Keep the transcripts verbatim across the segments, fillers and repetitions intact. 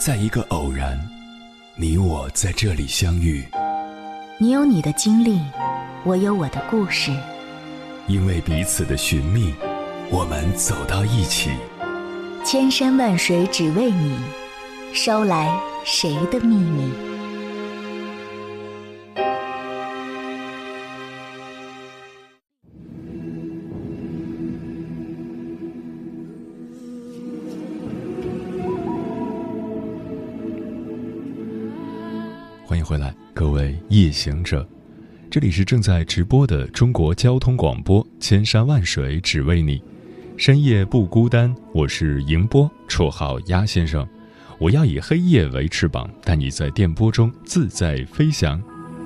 在一个偶然，你我在这里相遇。 你有你的经历，我有我的故事。 因为彼此的寻觅，我们走到一起。 千山万水只为你，捎来谁的秘密？ 欢迎回来，各位夜行者，这里是正在直播的中国交通广播，千山万水只为你，深夜不孤单。我是迎波，绰号鸭先生。我要以黑夜为翅膀，带你在电波中自在飞翔。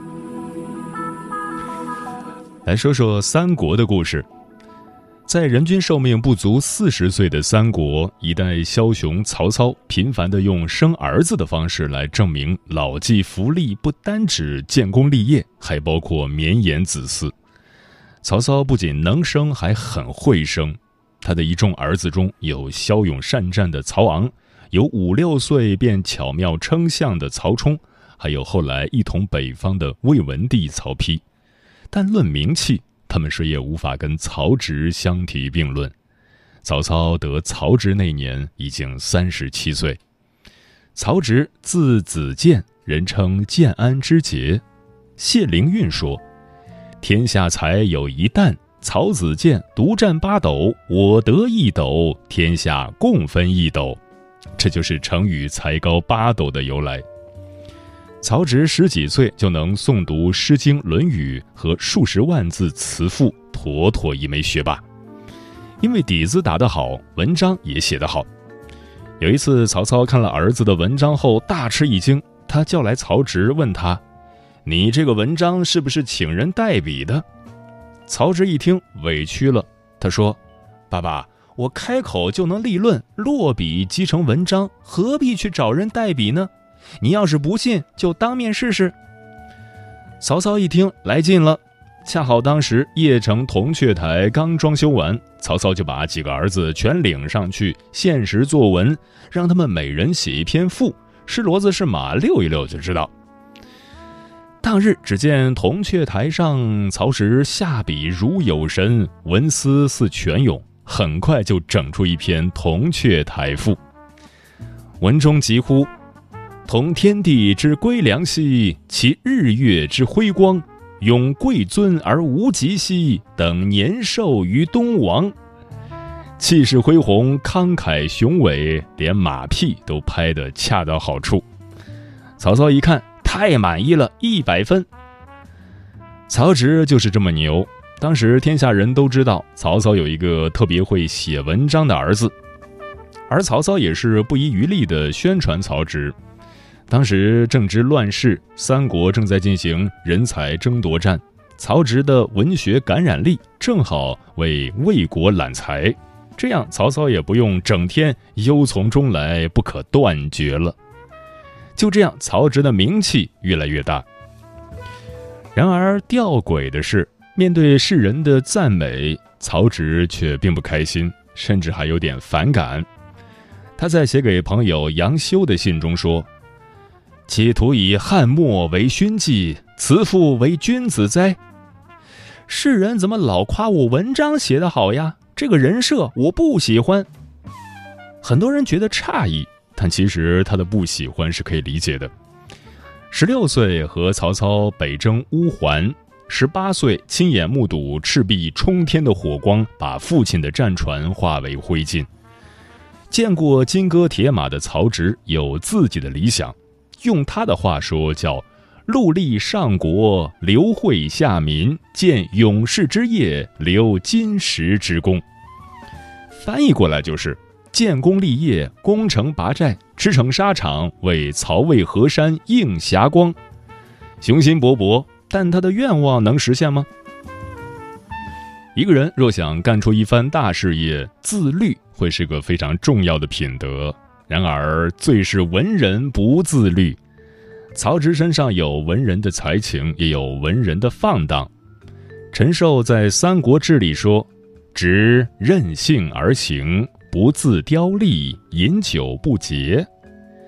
来说说三国的故事。在人均寿命不足四十岁的三国，一代枭雄曹操频繁地用生儿子的方式来证明老骥伏枥不单指建功立业，还包括绵延子嗣。曹操不仅能生，还很会生。他的一众儿子中有骁勇善战的曹昂，有五六岁便巧妙称象的曹冲，还有后来一统北方的魏文帝曹丕。但论名气，他们谁也无法跟曹植相提并论。曹操得曹植那年已经三十七岁。曹植字子建，人称建安之杰。谢灵运说：天下才有一旦，曹子建独占八斗，我得一斗，天下共分一斗。这就是成语才高八斗的由来。曹植十几岁就能诵读《诗经》《论语》和数十万字词赋，妥妥一枚学霸。因为底子打得好，文章也写得好。有一次，曹操看了儿子的文章后大吃一惊，他叫来曹植问他：你这个文章是不是请人代笔的？曹植一听委屈了，他说：爸爸，我开口就能立论，落笔即成文章，何必去找人代笔呢？你要是不信，就当面试试。曹操一听来劲了，恰好当时邺城铜雀台刚装修完，曹操就把几个儿子全领上去，限时作文，让他们每人写一篇赋，是骡子是马溜一溜就知道。当日只见铜雀台上，曹植下笔如有神，文思似泉涌，很快就整出一篇铜雀台赋。文中疾呼：同天地之归良兮，其日月之辉光，永贵尊而无极兮，等年寿于东王。气势恢宏，慷慨雄伟，连马屁都拍得恰到好处。曹操一看，太满意了，一百分。曹植就是这么牛。当时天下人都知道曹操有一个特别会写文章的儿子，而曹操也是不遗余力地宣传曹植。当时正值乱世，三国正在进行人才争夺战，曹植的文学感染力正好为魏国揽才，这样曹操也不用整天忧从中来，不可断绝了。就这样，曹植的名气越来越大。然而吊诡的是，面对世人的赞美，曹植却并不开心，甚至还有点反感。他在写给朋友杨修的信中说：企图以汉末为勋纪，此复为君子哉？世人怎么老夸我文章写得好呀？这个人设我不喜欢。很多人觉得诧异，但其实他的不喜欢是可以理解的。十六岁和曹操北征乌桓，十八岁亲眼目睹赤壁冲天的火光把父亲的战船化为灰烬。见过金戈铁马的曹植有自己的理想，用他的话说叫陆立上国，留惠下民，建勇士之业，留金石之功。翻译过来就是建功立业，攻城拔寨，驰骋沙场，为曹魏河山映霞光。雄心勃勃，但他的愿望能实现吗？一个人若想干出一番大事业，自律会是个非常重要的品德。然而最是文人不自律。曹植身上有文人的才情，也有文人的放荡。陈寿在《三国志》里说：植任性而行，不自雕砺，饮酒不节。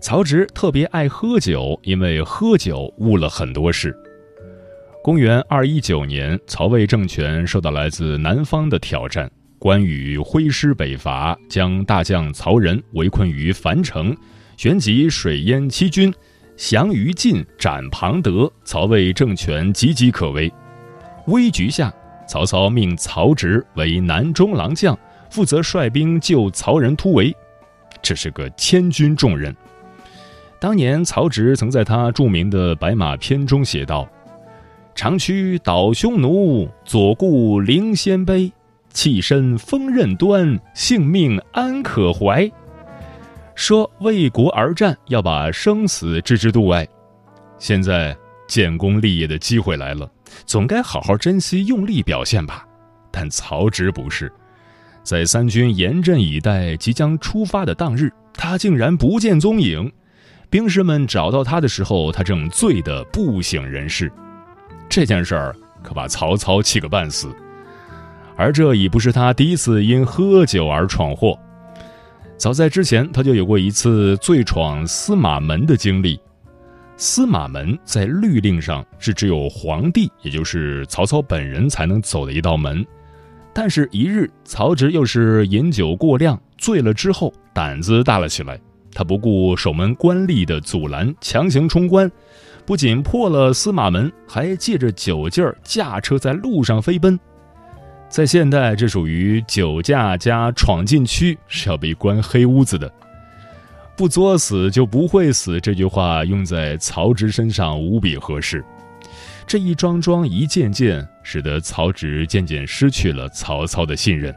曹植特别爱喝酒，因为喝酒悟了很多事。公元二一九年，曹魏政权受到来自南方的挑战，关羽挥师北伐，将大将曹仁围困于樊城，旋即水淹七军，降于禁，斩庞德，曹魏政权岌岌可危。危局下，曹操命曹植为南中郎将，负责率兵救曹仁突围，这是个千钧重任。当年曹植曾在他著名的《白马篇》中写道：长驱倒匈奴，左顾凌鲜卑，弃身锋刃端，性命安可怀。说为国而战，要把生死置之度外。现在建功立业的机会来了，总该好好珍惜，用力表现吧。但曹植不是，在三军严阵以待即将出发的当日，他竟然不见踪影。兵士们找到他的时候，他正醉得不省人事。这件事儿可把曹操气个半死，而这已不是他第一次因喝酒而闯祸。早在之前，他就有过一次醉闯司马门的经历。司马门在律令上是只有皇帝，也就是曹操本人才能走的一道门。但是一日，曹植又是饮酒过量，醉了之后胆子大了起来，他不顾守门官吏的阻拦，强行冲关，不仅破了司马门，还借着酒劲儿驾车在路上飞奔。在现代，这属于酒驾加闯禁区，是要被关黑屋子的。不作死就不会死，这句话用在曹植身上无比合适。这一桩桩一件件，使得曹植渐渐失去了曹操的信任。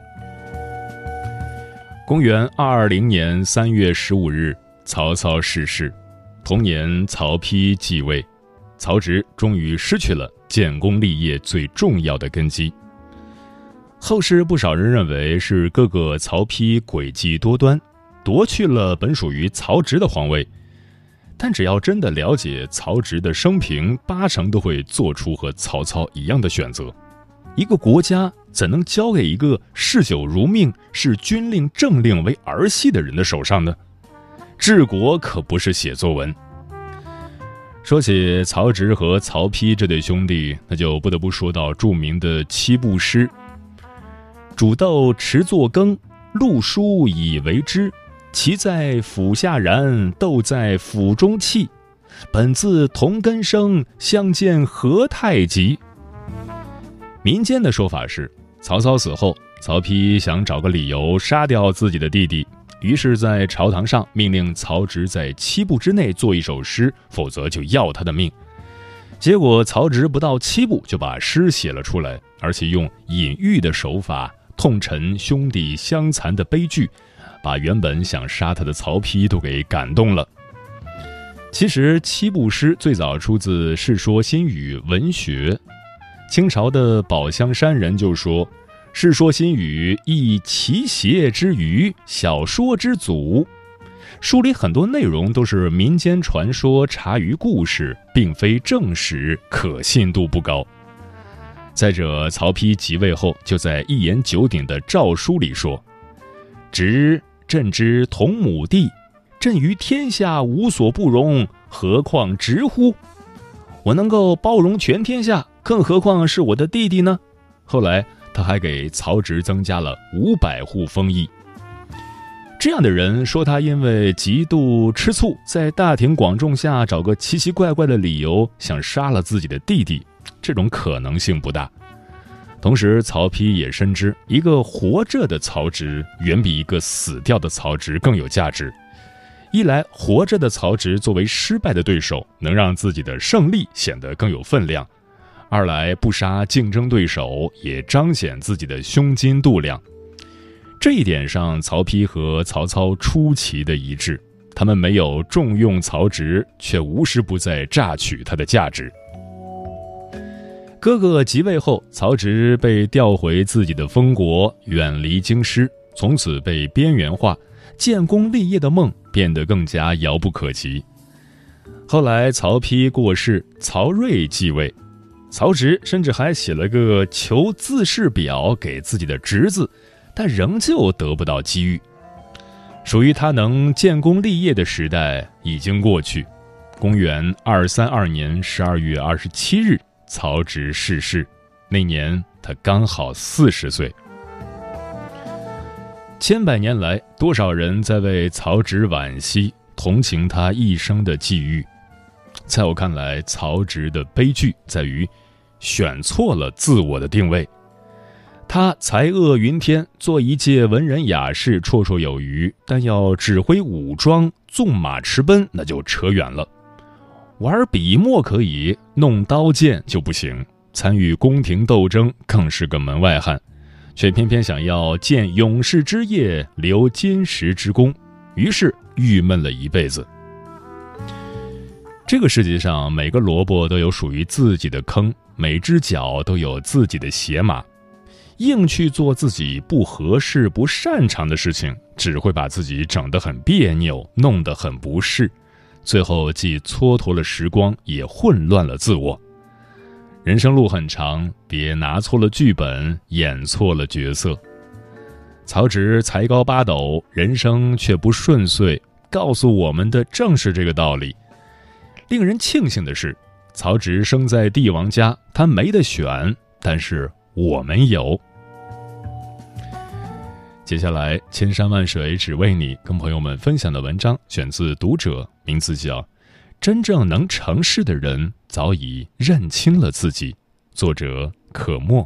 公元二二零年三月十五日，曹操逝世。同年，曹丕继位，曹植终于失去了建功立业最重要的根基。后世不少人认为是哥哥曹丕诡计多端，夺去了本属于曹植的皇位。但只要真的了解曹植的生平，八成都会做出和曹操一样的选择。一个国家怎能交给一个嗜酒如命、视军令政令为儿戏的人的手上呢？治国可不是写作文。说起曹植和曹丕这对兄弟，那就不得不说到著名的七步诗：煮豆持作羹，漉菽以为汁。萁在釜下燃，豆在釜中泣。本自同根生，相见何太急。民间的说法是，曹操死后，曹丕想找个理由杀掉自己的弟弟，于是在朝堂上命令曹植在七步之内做一首诗，否则就要他的命。结果曹植不到七步就把诗写了出来，而且用隐喻的手法痛陈兄弟相残的悲剧，把原本想杀他的曹丕都给感动了。其实七步诗最早出自《世说新语·文学》，清朝的宝香山人就说，《世说新语》亦奇邪之语，小说之祖。书里很多内容都是民间传说、茶余故事，并非正史，可信度不高。再者，曹丕即位后，就在一言九鼎的诏书里说，直朕之同母弟，朕于天下无所不容，何况直乎？我能够包容全天下，更何况是我的弟弟呢？后来他还给曹植增加了五百户封邑。这样的人说他因为极度吃醋，在大庭广众下找个奇奇怪怪的理由想杀了自己的弟弟，这种可能性不大。同时曹丕也深知，一个活着的曹植远比一个死掉的曹植更有价值。一来，活着的曹植作为失败的对手，能让自己的胜利显得更有分量；二来，不杀竞争对手也彰显自己的胸襟度量。这一点上，曹丕和曹操出奇的一致，他们没有重用曹植，却无时不在榨取他的价值。哥哥即位后，曹植被调回自己的封国，远离京师，从此被边缘化，建功立业的梦变得更加遥不可及。后来曹丕过世，曹睿继位，曹植甚至还写了个求自仕表给自己的侄子，但仍旧得不到机遇。 属于他能建功立业的时代已经过去。公元二三二年十二月二十七日，曹植逝世，那年他刚好四十岁。千百年来，多少人在为曹植惋惜，同情他一生的际遇。在我看来，曹植的悲剧在于选错了自我的定位。他才恶云天，做一介文人雅士绰绰有余，但要指挥武装、纵马驰奔，那就扯远了。玩笔墨可以，弄刀剑就不行。参与宫廷斗争更是个门外汉，却偏偏想要建勇士之业，留金石之功，于是郁闷了一辈子。这个世界上每个萝卜都有属于自己的坑，每只脚都有自己的鞋码。硬去做自己不合适、不擅长的事情，只会把自己整得很别扭，弄得很不适，最后既蹉跎了时光，也混乱了自我。人生路很长，别拿错了剧本，演错了角色。曹植才高八斗，人生却不顺遂，告诉我们的正是这个道理。令人庆幸的是，曹植生在帝王家，他没得选，但是我们有。接下来，千山万水只为你，跟朋友们分享的文章选自《读者》，名字叫《真正能成事的人早已认清了自己》，作者可默。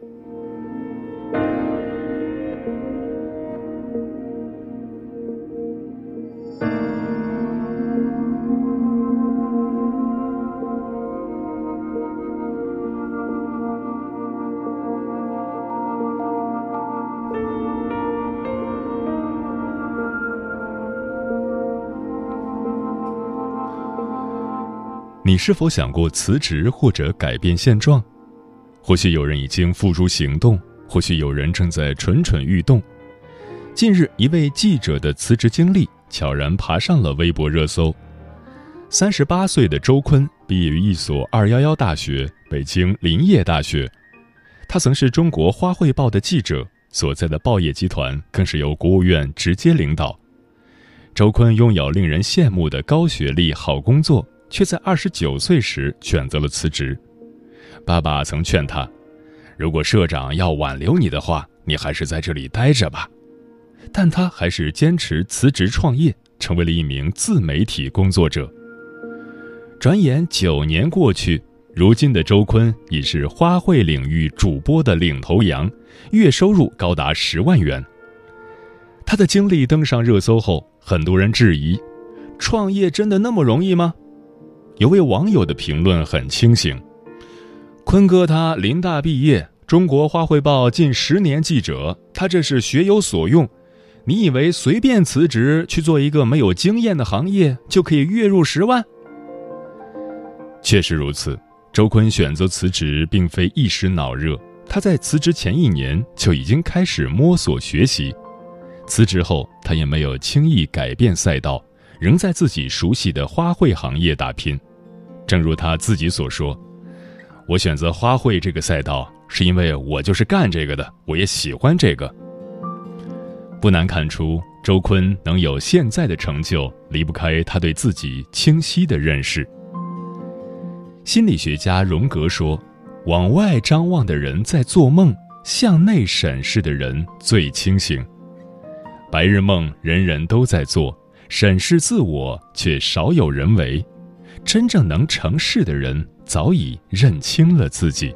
你是否想过辞职或者改变现状？或许有人已经付诸行动，或许有人正在蠢蠢欲动。近日，一位记者的辞职经历悄然爬上了微博热搜。三十八岁的周坤毕业于一所二一一大学——北京林业大学。他曾是中国花卉报的记者，所在的报业集团更是由国务院直接领导。周坤拥有令人羡慕的高学历、好工作，却在二十九岁时选择了辞职。爸爸曾劝他，如果社长要挽留你的话，你还是在这里待着吧。但他还是坚持辞职创业，成为了一名自媒体工作者。转眼九年过去，如今的周坤已是花卉领域主播的领头羊，月收入高达十万元。他的经历登上热搜后，很多人质疑，创业真的那么容易吗？有位网友的评论很清醒，坤哥他林大毕业，中国花卉报近十年记者，他这是学有所用。你以为随便辞职去做一个没有经验的行业就可以月入十万？确实如此，周坤选择辞职并非一时脑热，他在辞职前一年就已经开始摸索学习。辞职后，他也没有轻易改变赛道，仍在自己熟悉的花卉行业打拼。正如他自己所说，我选择花卉这个赛道是因为我就是干这个的，我也喜欢这个。不难看出，周坤能有现在的成就，离不开他对自己清晰的认识。心理学家荣格说，往外张望的人在做梦，向内审视的人最清醒。白日梦人人都在做，审视自我却少有人为。真正能成事的人早已认清了自己。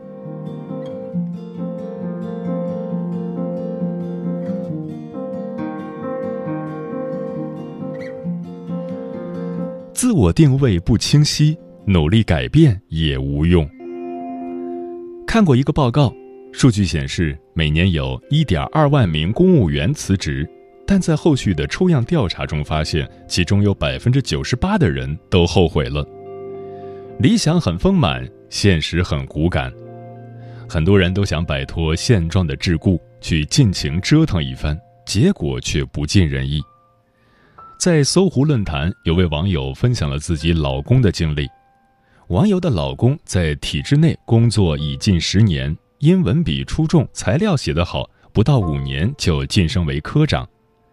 自我定位不清晰，努力改变也无用。看过一个报告，数据显示每年有 一点二万名公务员辞职，但在后续的抽样调查中发现，其中有 百分之九十八 的人都后悔了。理想很丰满，现实很骨感。很多人都想摆脱现状的桎梏，去尽情折腾一番，结果却不尽人意。在搜狐论坛，有位网友分享了自己老公的经历。网友的老公在体制内工作已近十年，因文笔出众，材料写得好，不到五年就晋升为科长。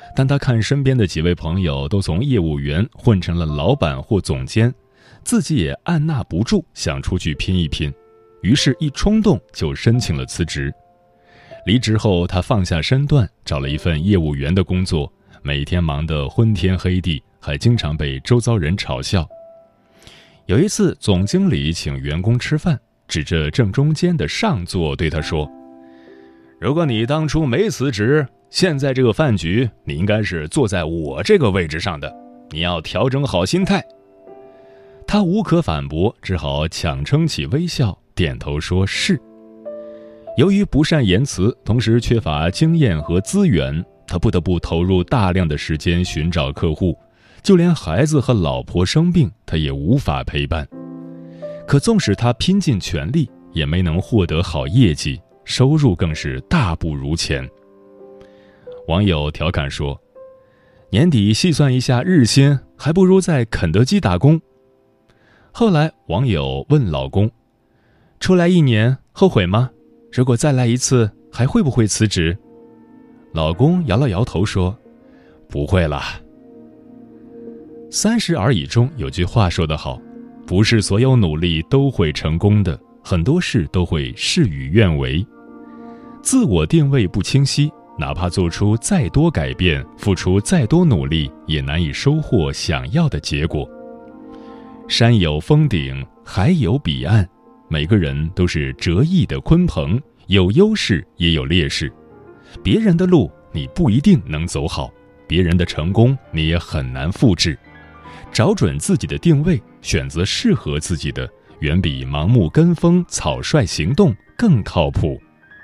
但他看身边的几位朋友都从业务员混成了老板或总监，自己也按捺不住想出去拼一拼，于是一冲动就申请了辞职。离职后，他放下身段，找了一份业务员的工作，每天忙得昏天黑地，还经常被周遭人嘲笑。有一次，总经理请员工吃饭，指着正中间的上座对他说：如果你当初没辞职，现在这个饭局你应该是坐在我这个位置上的，你要调整好心态。他无可反驳，只好强撑起微笑，点头说是。由于不善言辞，同时缺乏经验和资源，他不得不投入大量的时间寻找客户，就连孩子和老婆生病，他也无法陪伴。可纵使他拼尽全力，也没能获得好业绩，收入更是大不如前。网友调侃说：年底细算一下日薪，还不如在肯德基打工。后来网友问老公：出来一年后悔吗？如果再来一次，还会不会辞职？老公摇了摇头说：不会了。三十而已中有句话说得好，不是所有努力都会成功的，很多事都会事与愿违。自我定位不清晰，哪怕做出再多改变，付出再多努力，也难以收获想要的结果。山有峰顶，海有彼岸，每个人都是折翼的鲲鹏，有优势也有劣势。别人的路你不一定能走好，别人的成功你也很难复制。找准自己的定位，选择适合自己的，远比盲目跟风、草率行动更靠谱。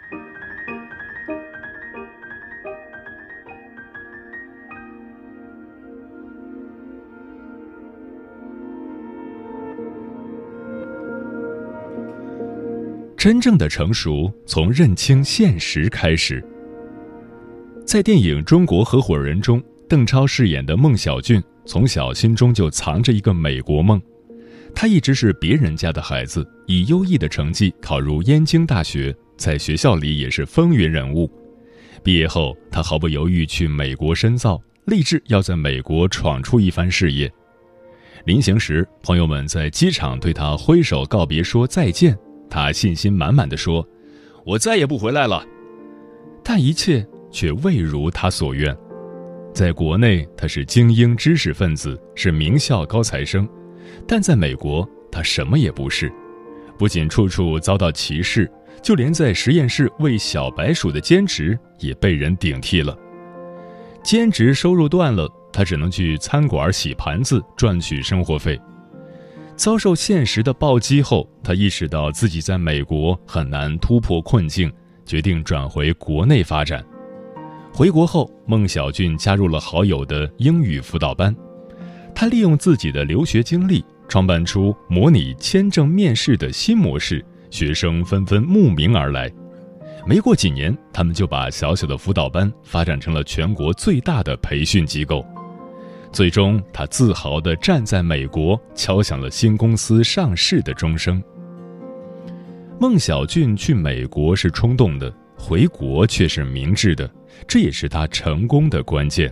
真正的成熟从认清现实开始。在电影《中国合伙人》中，邓超饰演的孟小俊从小心中就藏着一个美国梦，他一直是别人家的孩子，以优异的成绩考入燕京大学，在学校里也是风云人物。毕业后，他毫不犹豫去美国深造，立志要在美国闯出一番事业。临行时，朋友们在机场对他挥手告别说再见，他信心满满地说：我再也不回来了。但一切却未如他所愿。在国内，他是精英知识分子，是名校高材生，但在美国，他什么也不是。不仅处处遭到歧视，就连在实验室喂小白鼠的兼职也被人顶替了。兼职收入断了，他只能去餐馆洗盘子赚取生活费。遭受现实的暴击后，他意识到自己在美国很难突破困境，决定转回国内发展。回国后，孟小俊加入了好友的英语辅导班。他利用自己的留学经历，创办出模拟签证面试的新模式，学生纷纷慕名而来。没过几年，他们就把小小的辅导班发展成了全国最大的培训机构。最终，他自豪地站在美国，敲响了新公司上市的钟声。孟小俊去美国是冲动的，回国却是明智的，这也是他成功的关键。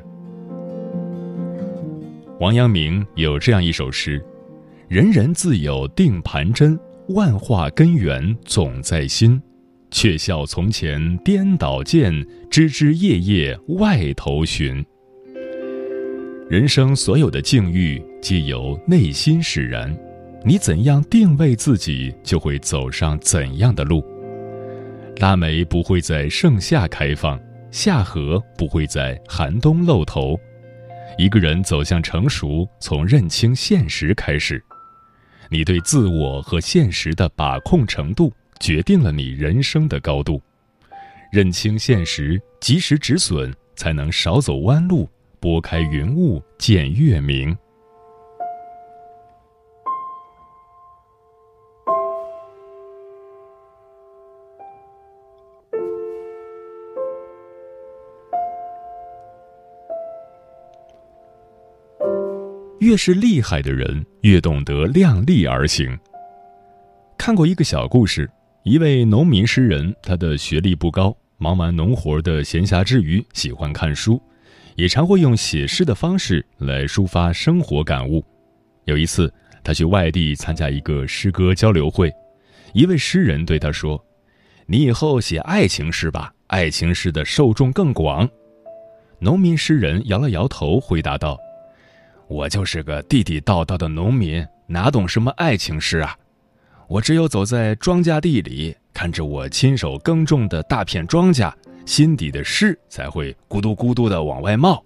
王阳明有这样一首诗：人人自有定盘针，万化根源总在心。却笑从前颠倒见，枝枝叶叶外头寻。人生所有的境遇皆由内心使然，你怎样定位自己，就会走上怎样的路。腊梅不会在盛夏开放，夏荷不会在寒冬露头。一个人走向成熟，从认清现实开始。你对自我和现实的把控程度，决定了你人生的高度。认清现实，及时止损，才能少走弯路，拨开云雾见月明。越是厉害的人，越懂得量力而行。看过一个小故事，一位农民诗人，他的学历不高，忙完农活的闲暇之余喜欢看书， 也常会用写诗的方式来抒发生活感悟。有一次，他去外地参加一个诗歌交流会，一位诗人对他说：“你以后写爱情诗吧，爱情诗的受众更广。”农民诗人摇了摇头，回答道：“我就是个地地道道的农民，哪懂什么爱情诗啊？我只有走在庄稼地里，看着我亲手耕种的大片庄稼，心底的诗才会咕嘟咕嘟地往外冒。”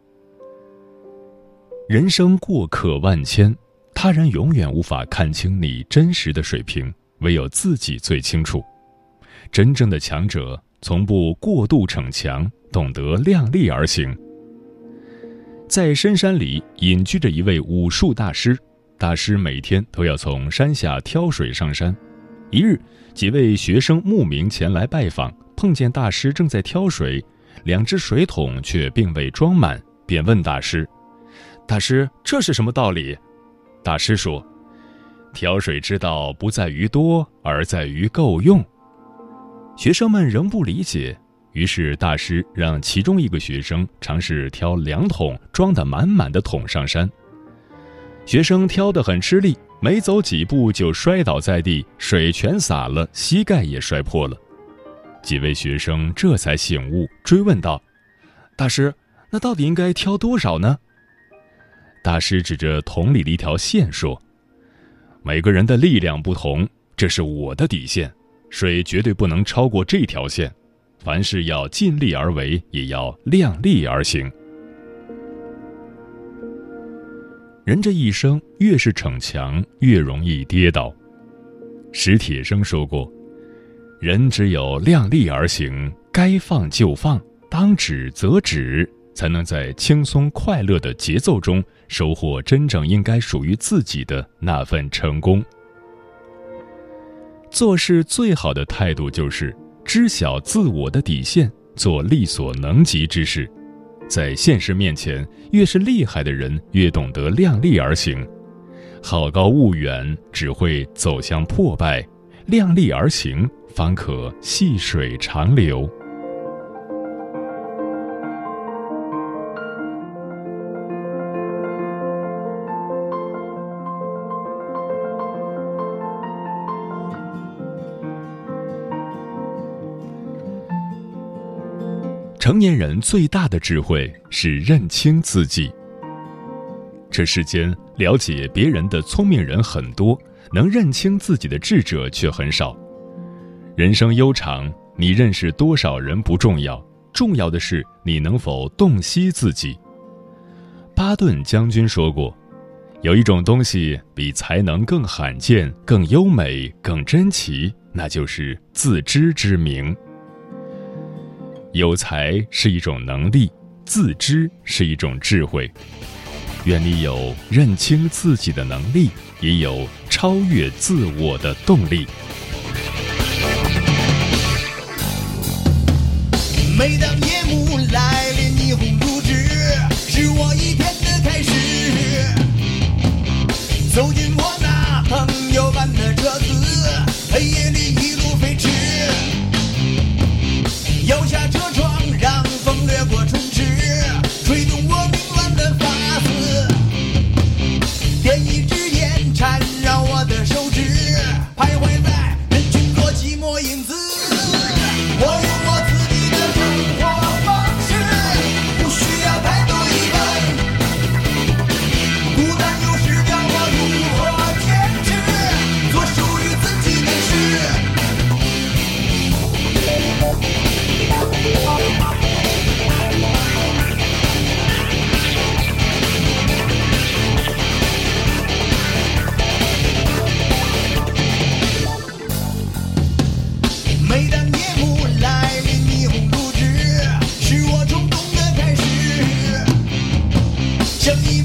人生过客万千，他人永远无法看清你真实的水平，唯有自己最清楚。真正的强者从不过度逞强，懂得量力而行。在深山里隐居着一位武术大师，大师每天都要从山下挑水上山。一日，几位学生慕名前来拜访，碰见大师正在挑水，两只水桶却并未装满，便问大师：“大师，这是什么道理？”大师说：“挑水之道不在于多，而在于够用。”学生们仍不理解，于是大师让其中一个学生尝试挑两桶装得满满的桶上山。学生挑得很吃力，没走几步就摔倒在地，水全洒了，膝盖也摔破了。几位学生这才醒悟，追问道：“大师，那到底应该挑多少呢？”大师指着桶里的一条线说：“每个人的力量不同，这是我的底线，水绝对不能超过这条线。凡事要尽力而为，也要量力而行。”人这一生越是逞强，越容易跌倒。史铁生说过：“人只有量力而行，该放就放，当止则止，才能在轻松快乐的节奏中收获真正应该属于自己的那份成功。”做事最好的态度就是知晓自我的底线，做力所能及之事。在现实面前，越是厉害的人，越懂得量力而行。好高骛远只会走向破败，量力而行方可细水长流。成年人最大的智慧是认清自己。这世间了解别人的聪明人很多，能认清自己的智者却很少。人生悠长，你认识多少人不重要，重要的是你能否洞悉自己。巴顿将军说过，有一种东西比才能更罕见、更优美、更珍奇，那就是自知之明。有才是一种能力，自知是一种智慧。愿你有认清自己的能力，也有超越自我的动力。 每当夜幕来临，霓虹如纸，是我一天的开始。走进我那朋友般的车子，黑夜里一路飞驰。摇下车窗，让风掠过唇齿，吹动我凌乱的发丝。点一支烟，缠绕我的手指，徘徊在人群中寂寞影子。我有我自己的生活方式，不需要太多疑问。孤单有时教我如何坚持，做属于自己的事。每当夜幕来临，霓虹如纸，是我冲动的开始。像一